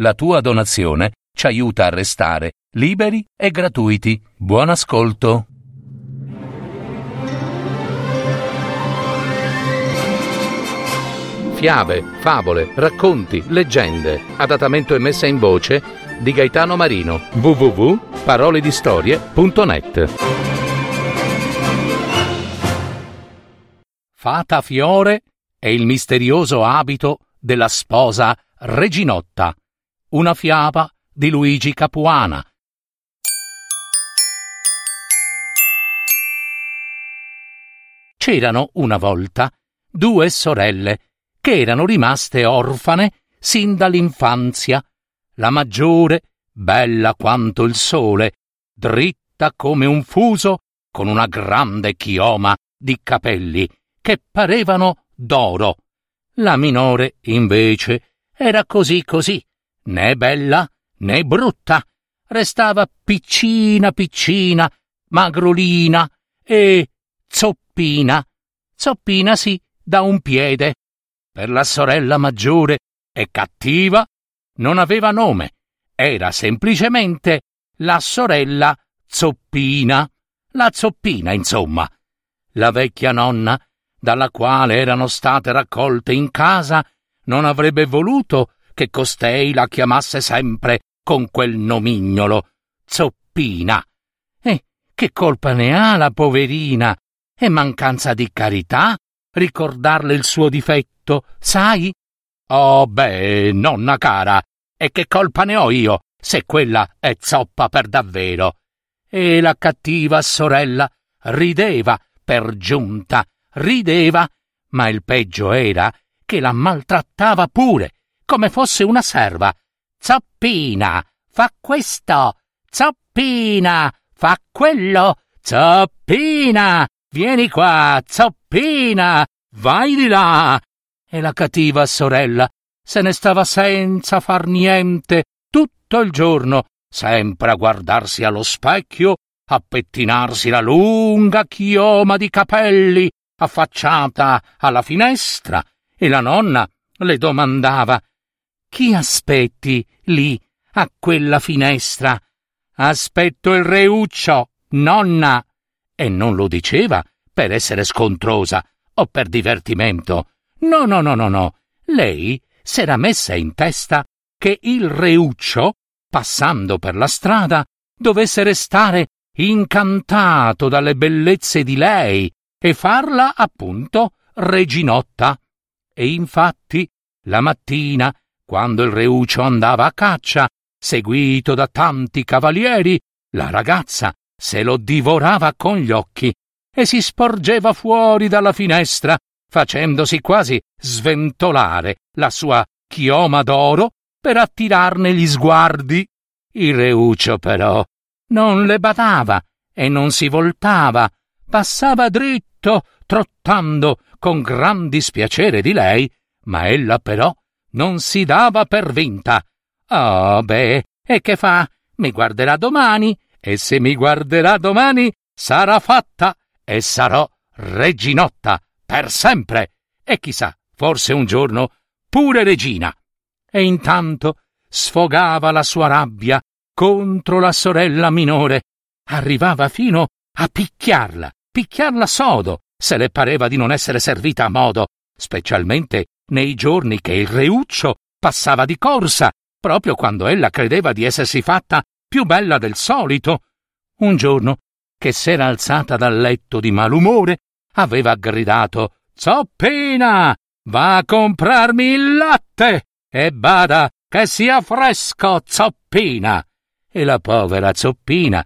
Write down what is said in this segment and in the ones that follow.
La tua donazione ci aiuta a restare liberi e gratuiti. Buon ascolto. Fiabe, favole, racconti, leggende. Adattamento e messa in voce di Gaetano Marino. www.paroledistorie.net. Fata Fiore e il misterioso abito della sposa Reginotta. Una fiaba di Luigi Capuana. C'erano una volta due sorelle che erano rimaste orfane sin dall'infanzia. La maggiore, bella quanto il sole, dritta come un fuso, con una grande chioma di capelli che parevano d'oro. La minore, invece, era così così, né bella né brutta, restava piccina piccina, magrolina e zoppina. Zoppina sì, da un piede. Per la sorella maggiore e cattiva non aveva nome, era semplicemente la sorella Zoppina, la zoppina insomma. La vecchia nonna, dalla quale erano state raccolte in casa, non avrebbe voluto che costei la chiamasse sempre con quel nomignolo, Zoppina. E che colpa ne ha la poverina? È mancanza di carità ricordarle il suo difetto, sai? Oh beh, nonna cara, e che colpa ne ho io se quella è zoppa per davvero? E la cattiva sorella rideva per giunta, rideva, ma il peggio era che la maltrattava pure, come fosse una serva. Zoppina, fa questo, Zoppina, fa quello, Zoppina, vieni qua, Zoppina, vai di là. E la cattiva sorella se ne stava senza far niente tutto il giorno, sempre a guardarsi allo specchio, a pettinarsi la lunga chioma di capelli affacciata alla finestra, e la nonna le domandava: «Chi aspetti lì a quella finestra?» «Aspetto il Reuccio, nonna!» E non lo diceva per essere scontrosa o per divertimento. No. Lei s'era messa in testa che il Reuccio, passando per la strada, dovesse restare incantato dalle bellezze di lei e farla, appunto, Reginotta. E infatti, la mattina, quando il Reuccio andava a caccia, seguito da tanti cavalieri, la ragazza se lo divorava con gli occhi e si sporgeva fuori dalla finestra, facendosi quasi sventolare la sua chioma d'oro per attirarne gli sguardi. Il Reuccio, però, non le badava e non si voltava, passava dritto, trottando con gran dispiacere di lei, ma ella però non si dava per vinta. «Oh, beh, e che fa? Mi guarderà domani, e se mi guarderà domani sarà fatta e sarò Reginotta per sempre, e chissà, forse un giorno pure regina». E intanto sfogava la sua rabbia contro la sorella minore, arrivava fino a picchiarla sodo, se le pareva di non essere servita a modo, specialmente nei giorni che il Reuccio passava di corsa, proprio quando ella credeva di essersi fatta più bella del solito. Un giorno, che s'era alzata dal letto di malumore, aveva gridato: «Zoppina, va a comprarmi il latte e bada che sia fresco, Zoppina!» E la povera Zoppina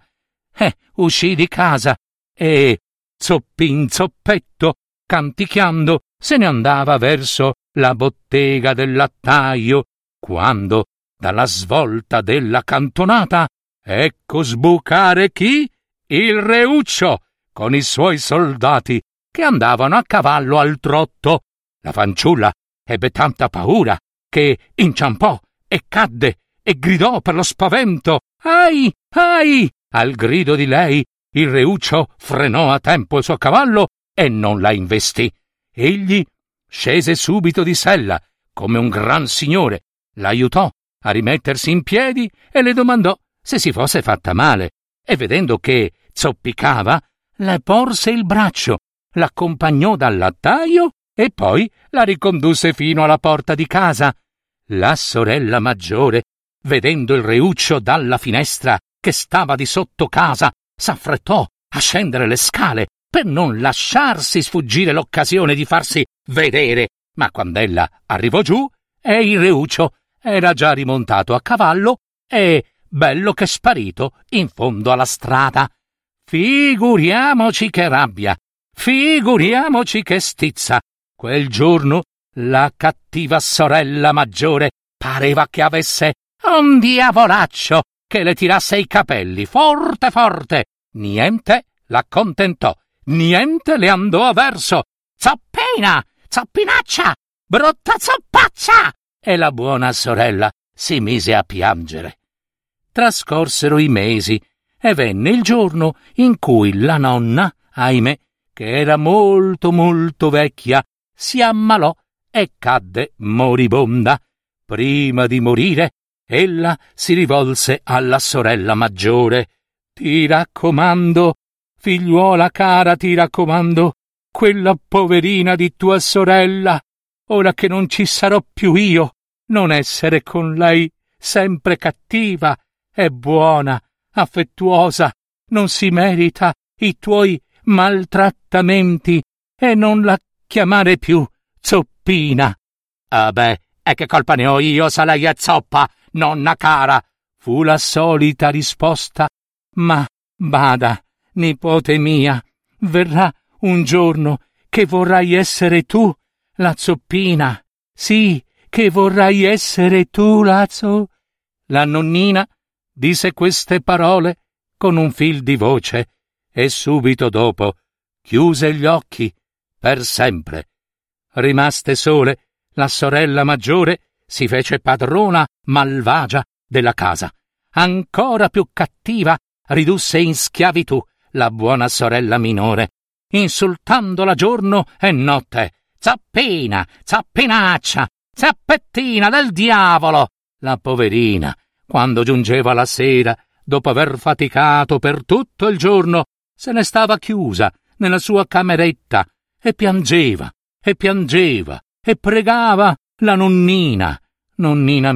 uscì di casa e, zoppin zoppetto, canticchiando, se ne andava verso la bottega del lattaio, quando, dalla svolta della cantonata, ecco sbucare chi? Il Reuccio, con i suoi soldati, che andavano a cavallo al trotto. La fanciulla ebbe tanta paura che inciampò e cadde e gridò per lo spavento: «Ai, ai!» Al grido di lei, il Reuccio frenò a tempo il suo cavallo e non la investì. Egli scese subito di sella, come un gran signore, l'aiutò a rimettersi in piedi e le domandò se si fosse fatta male, e vedendo che zoppicava, le porse il braccio, l'accompagnò dal lattaio e poi la ricondusse fino alla porta di casa. La sorella maggiore, vedendo il reuccio dalla finestra che stava di sotto casa, s'affrettò a scendere le scale per non lasciarsi sfuggire l'occasione di farsi vedere, ma quand'ella arrivò giù e il reuccio era già rimontato a cavallo e bello che sparito in fondo alla strada. Figuriamoci che rabbia, figuriamoci che stizza. Quel giorno la cattiva sorella maggiore pareva che avesse un diavolaccio che le tirasse i capelli forte forte. Niente l'accontentò, niente le andò a verso. Zoppina, zoppinaccia, brutta zoppaccia! E la buona sorella si mise a piangere. Trascorsero i mesi e venne il giorno in cui la nonna, ahimè, che era molto molto vecchia, si ammalò e cadde moribonda. Prima di morire, ella si rivolse alla sorella maggiore. «Ti raccomando, figliuola cara, ti raccomando, quella poverina di tua sorella, ora che non ci sarò più io, non essere con lei sempre cattiva, è buona, affettuosa, non si merita i tuoi maltrattamenti e non la chiamare più zoppina». «Ah beh, e che colpa ne ho io se lei è zoppa, nonna cara?» fu la solita risposta. «Ma bada, nipote mia, verrà un giorno che vorrai essere tu la zoppina, sì, che vorrai essere tu la La nonnina disse queste parole con un fil di voce e subito dopo chiuse gli occhi per sempre. Rimaste sole, la sorella maggiore si fece padrona malvagia della casa. Ancora più cattiva ridusse in schiavitù la buona sorella minore, insultandola giorno e notte. «Zoppina, zoppinaccia, zappettina del diavolo!» La poverina, quando giungeva la sera, dopo aver faticato per tutto il giorno, se ne stava chiusa nella sua cameretta e piangeva e pregava la nonnina. «Nonnina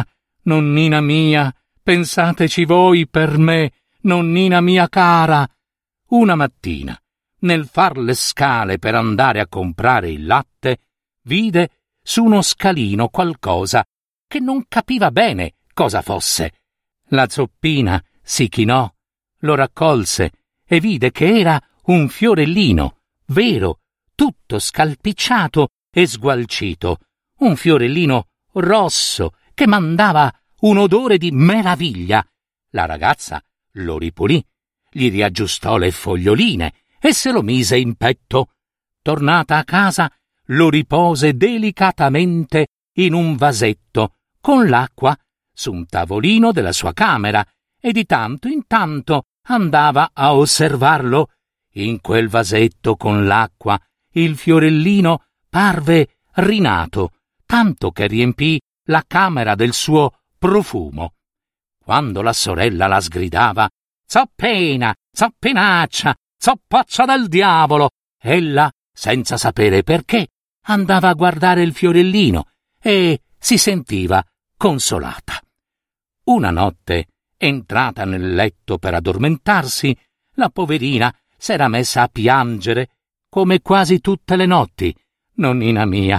mia, pensateci voi per me, nonnina mia cara». Una mattina, nel far le scale per andare a comprare il latte, vide su uno scalino qualcosa che non capiva bene cosa fosse. La zoppina si chinò, lo raccolse e vide che era un fiorellino, vero, tutto scalpicciato e sgualcito, un fiorellino rosso che mandava un odore di meraviglia. La ragazza lo ripulì, gli riaggiustò le foglioline e se lo mise in petto. Tornata a casa, lo ripose delicatamente in un vasetto con l'acqua su un tavolino della sua camera e di tanto in tanto andava a osservarlo. In quel vasetto con l'acqua il fiorellino parve rinato, tanto che riempì la camera del suo profumo. Quando la sorella la sgridava «Zoppina, zoppinaccia, zoppaccia del diavolo!», ella, senza sapere perché, andava a guardare il fiorellino e si sentiva consolata. Una notte, entrata nel letto per addormentarsi, la poverina s'era messa a piangere come quasi tutte le notti. Nonnina mia,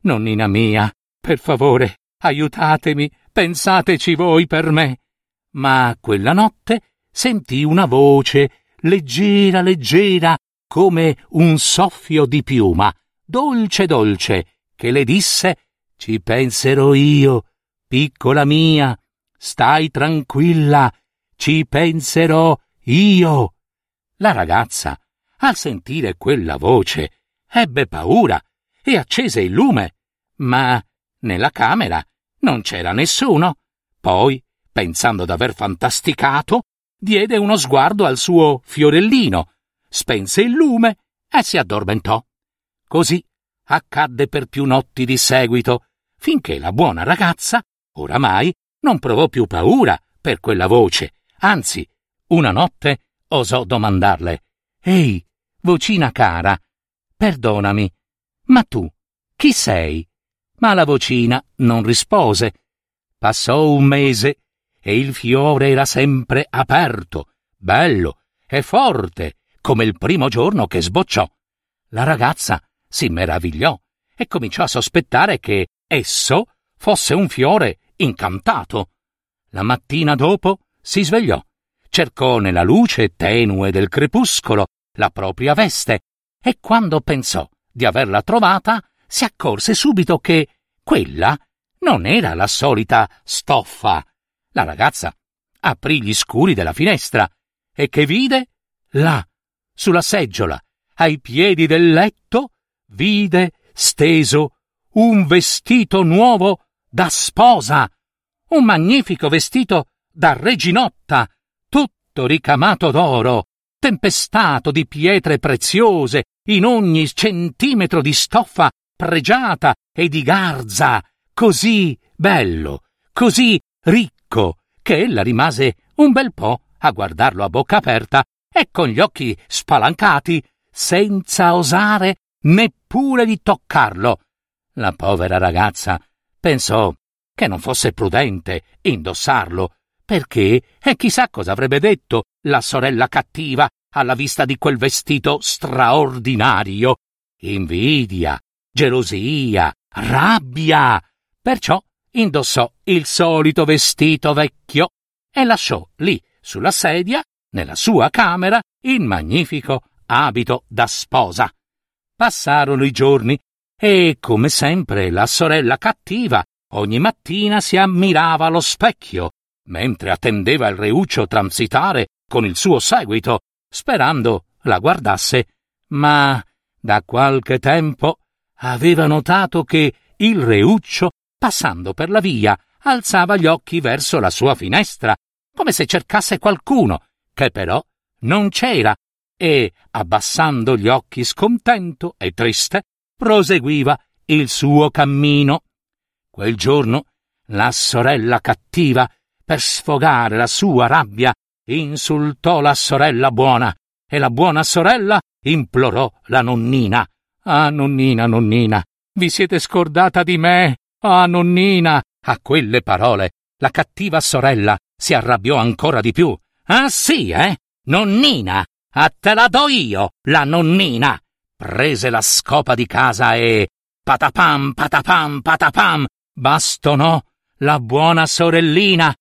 per favore, aiutatemi, pensateci voi per me». Ma quella notte sentì una voce leggera, leggera, come un soffio di piuma, dolce, dolce, che le disse: «Ci penserò io, piccola mia, stai tranquilla, ci penserò io». La ragazza, al sentire quella voce, ebbe paura e accese il lume, ma nella camera non c'era nessuno. Poi, pensando d'aver fantasticato, diede uno sguardo al suo fiorellino, spense il lume e si addormentò. Così accadde per più notti di seguito, finché la buona ragazza, oramai, non provò più paura per quella voce, anzi, una notte osò domandarle: «Ehi, vocina cara, perdonami, ma tu chi sei?» Ma la vocina non rispose. Passò un mese e il fiore era sempre aperto, bello e forte, come il primo giorno che sbocciò. La ragazza si meravigliò e cominciò a sospettare che esso fosse un fiore incantato. La mattina dopo si svegliò, cercò nella luce tenue del crepuscolo la propria veste e quando pensò di averla trovata si accorse subito che quella non era la solita stoffa. La ragazza aprì gli scuri della finestra e che vide? Là, sulla seggiola, ai piedi del letto, vide steso un vestito nuovo da sposa, un magnifico vestito da reginotta, tutto ricamato d'oro, tempestato di pietre preziose, in ogni centimetro di stoffa pregiata e di garza, così bello, così ricco, che ella rimase un bel po' a guardarlo a bocca aperta e con gli occhi spalancati, senza osare neppure di toccarlo. La povera ragazza pensò che non fosse prudente indossarlo, perché chissà cosa avrebbe detto la sorella cattiva alla vista di quel vestito straordinario. Invidia, gelosia, rabbia. Perciò indossò il solito vestito vecchio e lasciò lì sulla sedia, nella sua camera, il magnifico abito da sposa. Passarono i giorni e, come sempre, la sorella cattiva ogni mattina si ammirava allo specchio, mentre attendeva il reuccio transitare con il suo seguito, sperando la guardasse, ma da qualche tempo aveva notato che il reuccio, passando per la via, alzava gli occhi verso la sua finestra, come se cercasse qualcuno, che però non c'era, e, abbassando gli occhi scontento e triste, proseguiva il suo cammino. Quel giorno la sorella cattiva, per sfogare la sua rabbia, insultò la sorella buona e la buona sorella implorò la nonnina. «Ah, nonnina, nonnina, vi siete scordata di me? Ah, nonnina!» A quelle parole la cattiva sorella si arrabbiò ancora di più. «Ah sì, nonnina? A te la do io, la nonnina!» Prese la scopa di casa e patapam, patapam, patapam, bastonò la buona sorellina.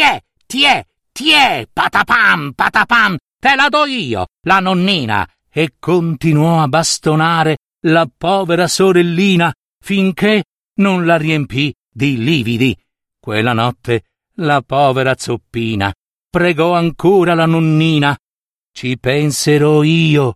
Tiè, patapam, patapam, te la do io, la nonnina!» E continuò a bastonare la povera sorellina finché non la riempì di lividi. Quella notte la povera zoppina pregò ancora la nonnina. Ci penserò io,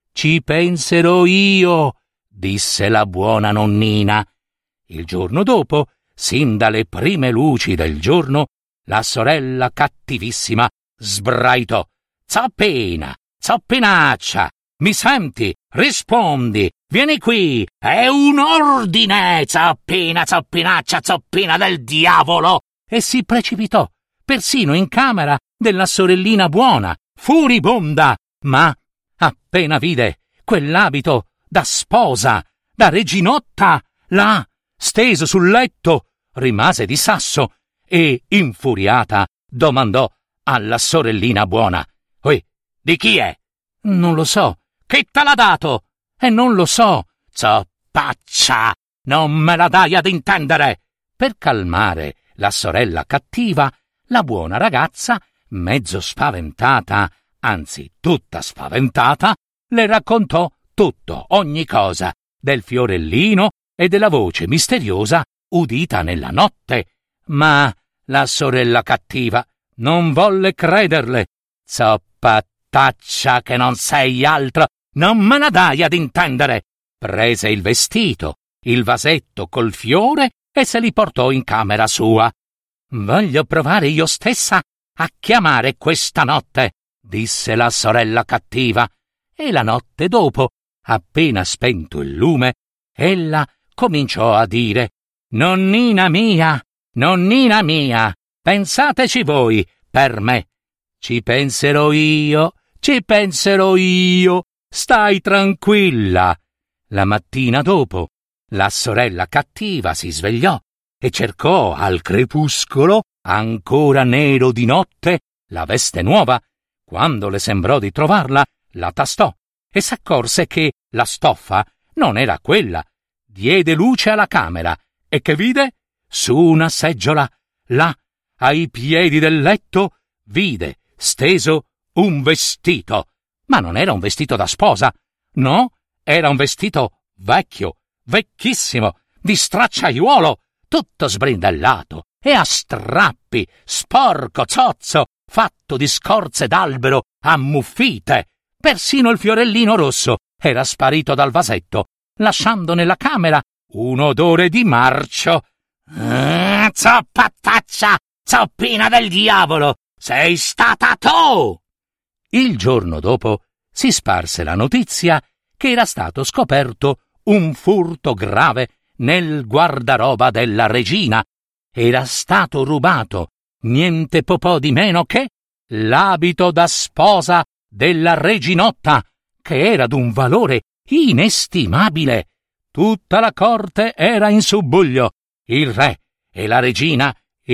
disse la buona nonnina. Il giorno dopo, sin dalle prime luci del giorno, la sorella cattivissima sbraitò: «Zoppina, zoppinaccia, mi senti? Rispondi, vieni qui, è un ordine, zoppina, zoppinaccia, zoppina del diavolo!» E si precipitò persino in camera della sorellina buona, furibonda, ma appena vide quell'abito da sposa, da reginotta, là, steso sul letto, rimase di sasso e, infuriata, domandò alla sorellina buona: «Oi, di chi è?» «Non lo so». «Chi te l'ha dato?» «Non lo so». «Zoppaccia, non me la dai ad intendere!» Per calmare la sorella cattiva, la buona ragazza, mezzo spaventata, anzi tutta spaventata, le raccontò tutto, ogni cosa, del fiorellino e della voce misteriosa udita nella notte. Ma la sorella cattiva non volle crederle. «Zoppataccia, che non sei altro, non me la dai ad intendere!» Prese il vestito, il vasetto col fiore e se li portò in camera sua. «Voglio provare io stessa a chiamare questa notte», disse la sorella cattiva, e la notte dopo, appena spento il lume, ella cominciò a dire: nonnina mia, Pensateci voi per me. Ci penserò io, ci penserò io. Stai tranquilla. La mattina dopo, la sorella cattiva si svegliò e cercò al crepuscolo, ancora nero di notte, la veste nuova. Quando le sembrò di trovarla, la tastò e s'accorse che la stoffa non era quella. Diede luce alla camera e che vide? Su una seggiola, là, ai piedi del letto, vide steso un vestito. Ma non era un vestito da sposa, no, era un vestito vecchio, vecchissimo, di stracciaiuolo, tutto sbrindellato e a strappi, sporco, zozzo, fatto di scorze d'albero ammuffite. Persino il fiorellino rosso era sparito dal vasetto, lasciando nella camera un odore di marcio. Zoppataccia, zoppina del diavolo, sei stata tu! Il giorno dopo si sparse la notizia che era stato scoperto un furto grave nel guardaroba della regina. Era stato rubato niente po' di meno che l'abito da sposa della reginotta, che era d'un valore inestimabile. Tutta la corte era in subbuglio, il re e la regina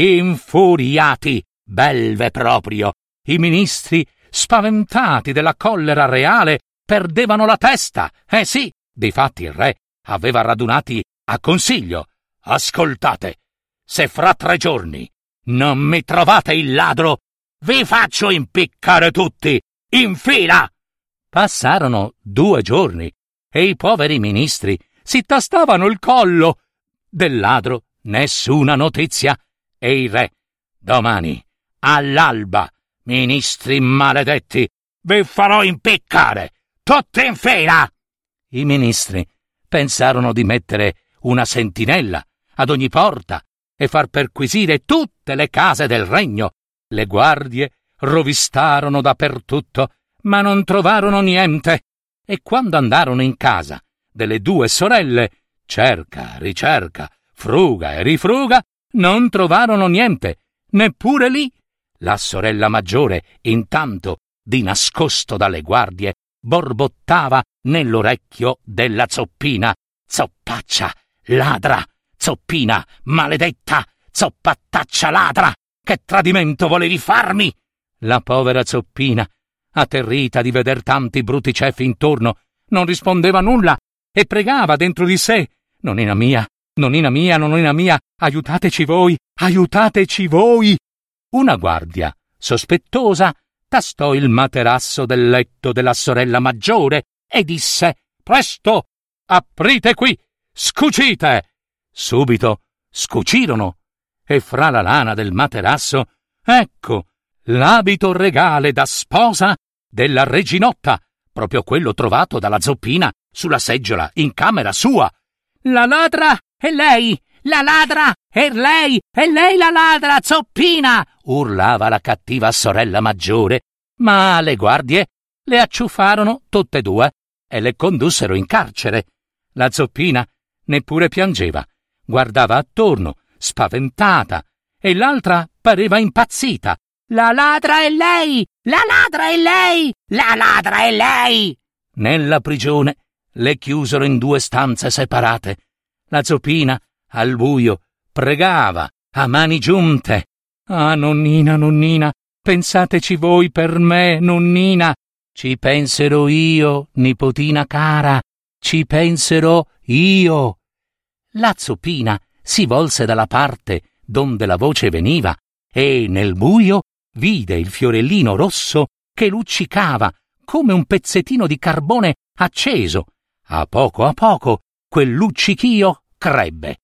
infuriati, belve proprio, i ministri spaventati della collera reale perdevano la testa. Sì, difatti il re aveva radunati a consiglio. Ascoltate, se fra 3 giorni non mi trovate il ladro, vi faccio impiccare tutti, in fila! Passarono 2 giorni e i poveri ministri si tastavano il collo. Del ladro nessuna notizia e il re: domani, all'alba, ministri maledetti, vi farò impiccare, tutti in fila! I ministri pensarono di mettere una sentinella ad ogni porta e far perquisire tutte le case del regno. Le guardie rovistarono dappertutto, ma non trovarono niente. E quando andarono in casa delle 2 sorelle, cerca, ricerca, fruga e rifruga, non trovarono niente, neppure lì. La sorella maggiore, intanto, di nascosto dalle guardie, borbottava nell'orecchio della zoppina: zoppaccia, ladra, zoppina, maledetta, zoppataccia ladra, che tradimento volevi farmi? La povera zoppina, atterrita di veder tanti bruti ceffi intorno, non rispondeva nulla e pregava dentro di sé: nonnina mia, nonnina mia, nonnina mia, aiutateci voi, aiutateci voi! Una guardia, sospettosa, tastò il materasso del letto della sorella maggiore e disse: presto, aprite qui, scucite! Subito scucirono e fra la lana del materasso, ecco, l'abito regale da sposa della reginotta, proprio quello trovato dalla zoppina sulla seggiola in camera sua. La ladra è lei! La ladra è lei! È lei la ladra, zoppina! Urlava la cattiva sorella maggiore, ma le guardie le acciuffarono tutte e 2 e le condussero in carcere. La zoppina neppure piangeva, guardava attorno, spaventata, e l'altra pareva impazzita. La ladra è lei! La ladra è lei! La ladra è lei! Nella prigione le chiusero in 2 stanze separate. La zoppina, al buio, pregava a mani giunte: ah, nonnina, nonnina, pensateci voi per me, nonnina. Ci penserò io, nipotina cara, ci penserò io. La zoppina si volse dalla parte donde la voce veniva e nel buio vide il fiorellino rosso che luccicava come un pezzettino di carbone acceso. A poco quel luccichio crebbe,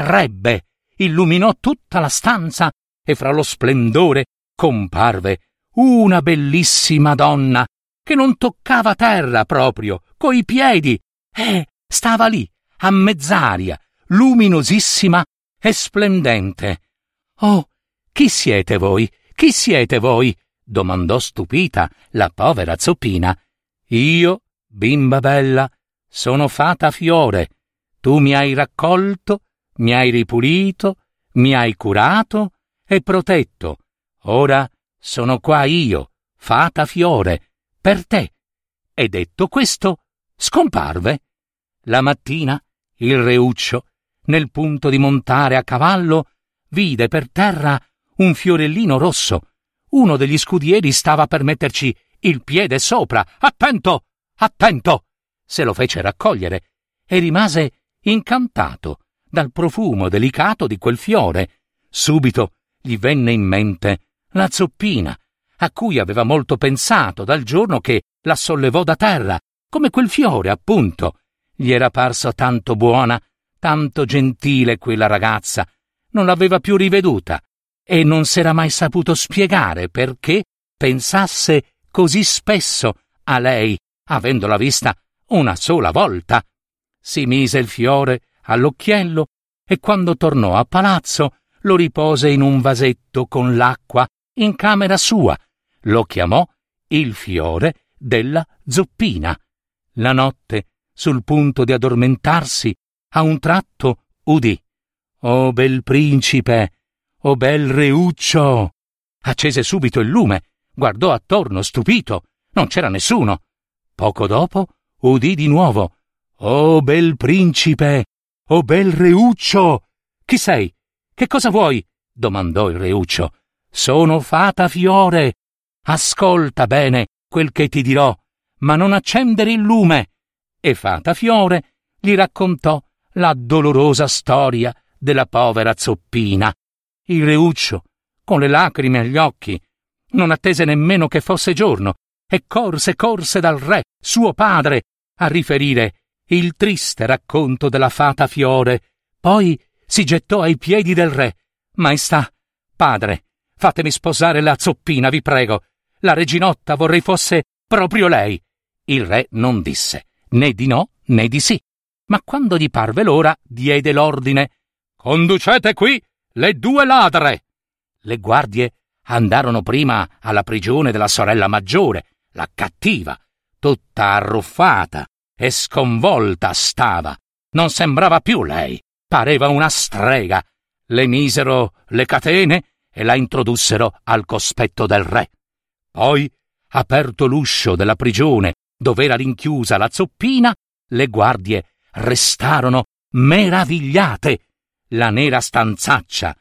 illuminò tutta la stanza e fra lo splendore comparve una bellissima donna che non toccava terra proprio coi piedi e stava lì a mezz'aria, luminosissima e splendente. Oh, chi siete voi? Chi siete voi? Domandò stupita la povera zoppina. Io, bimba bella, sono fata fiore. Tu mi hai raccolto, mi hai ripulito, mi hai curato e protetto. Ora sono qua io, fata fiore, per te. E detto questo, scomparve. La mattina il Reuccio, nel punto di montare a cavallo, vide per terra un fiorellino rosso. Uno degli scudieri stava per metterci il piede sopra. Attento! Attento! Se lo fece raccogliere e rimase incantato dal profumo delicato di quel fiore. Subito gli venne in mente la zoppina, a cui aveva molto pensato dal giorno che la sollevò da terra, come quel fiore, appunto. Gli era parso tanto buona, tanto gentile quella ragazza, non l'aveva più riveduta e non s'era mai saputo spiegare perché pensasse così spesso a lei, avendola vista una sola volta. Si mise il fiore all'occhiello e quando tornò a palazzo lo ripose in un vasetto con l'acqua in camera sua. Lo chiamò il fiore della zoppina. La notte, sul punto di addormentarsi, a un tratto udì: «Oh bel principe, oh bel Reuccio!» Accese subito il lume, guardò attorno stupito, non c'era nessuno. Poco dopo udì di nuovo: «Oh bel principe, oh bel Reuccio!» «Chi sei? Che cosa vuoi?» domandò il Reuccio. «Sono fata fiore. Ascolta bene quel che ti dirò, ma non accendere il lume». E fata fiore gli raccontò la dolorosa storia della povera zoppina. Il Reuccio, con le lacrime agli occhi, non attese nemmeno che fosse giorno e corse dal re, suo padre, a riferire il triste racconto della fata fiore. Poi si gettò ai piedi del re. «Maestà, padre, fatemi sposare la zoppina, vi prego. La reginotta vorrei fosse proprio lei». Il re non disse né di no né di sì, ma quando gli parve l'ora diede l'ordine: «Conducete qui le 2 ladre». Le guardie andarono prima alla prigione della sorella maggiore, la cattiva, tutta arruffata e sconvolta stava. Non sembrava più lei, pareva una strega. Le misero le catene e la introdussero al cospetto del re. Poi, aperto l'uscio della prigione dov'era rinchiusa la zoppina, le guardie restarono meravigliate. La nera stanzaccia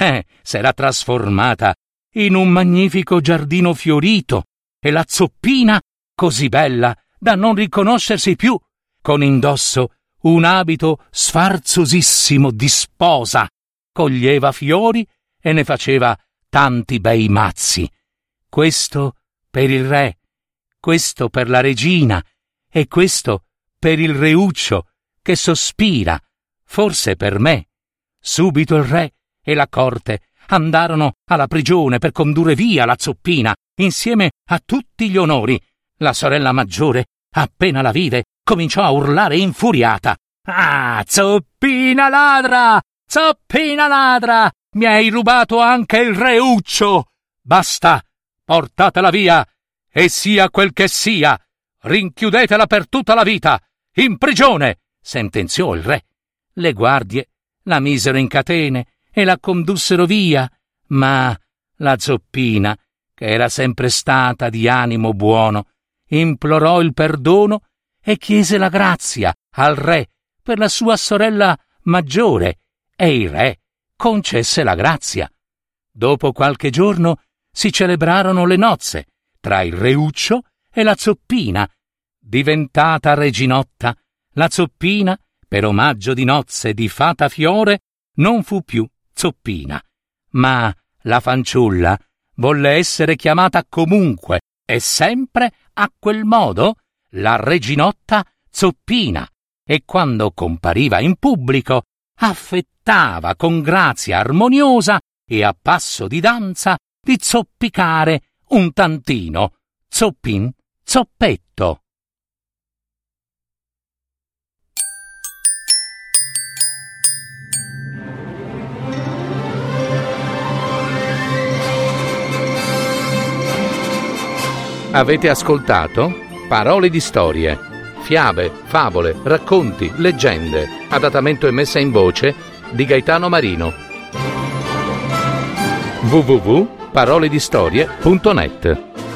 s'era trasformata in un magnifico giardino fiorito e la zoppina così bella da non riconoscersi più, con indosso un abito sfarzosissimo di sposa, coglieva fiori e ne faceva tanti bei mazzi. Questo per il re, questo per la regina e questo per il Reuccio che sospira, forse per me. Subito il re e la corte andarono alla prigione per condurre via la zoppina insieme a tutti gli onori. La sorella maggiore, appena la vide, cominciò a urlare infuriata: «Ah, zoppina ladra! Zoppina ladra! Mi hai rubato anche il Reuccio! Basta! Portatela via! E sia quel che sia, rinchiudetela per tutta la vita! In prigione!» sentenziò il re. Le guardie la misero in catene e la condussero via, ma la zoppina, che era sempre stata di animo buono, implorò il perdono e chiese la grazia al re per la sua sorella maggiore, e il re concesse la grazia. Dopo qualche giorno si celebrarono le nozze tra il Reuccio e la zoppina. Diventata reginotta, la zoppina, per omaggio di nozze di fata fiore, non fu più zoppina, ma la fanciulla volle essere chiamata comunque e sempre a quel modo la reginotta zoppina, e quando compariva in pubblico affettava con grazia armoniosa e a passo di danza di zoppicare un tantino, zoppin, zoppetto. Avete ascoltato Parole di storie, fiabe, favole, racconti, leggende, adattamento e messa in voce di Gaetano Marino. www.paroledistorie.net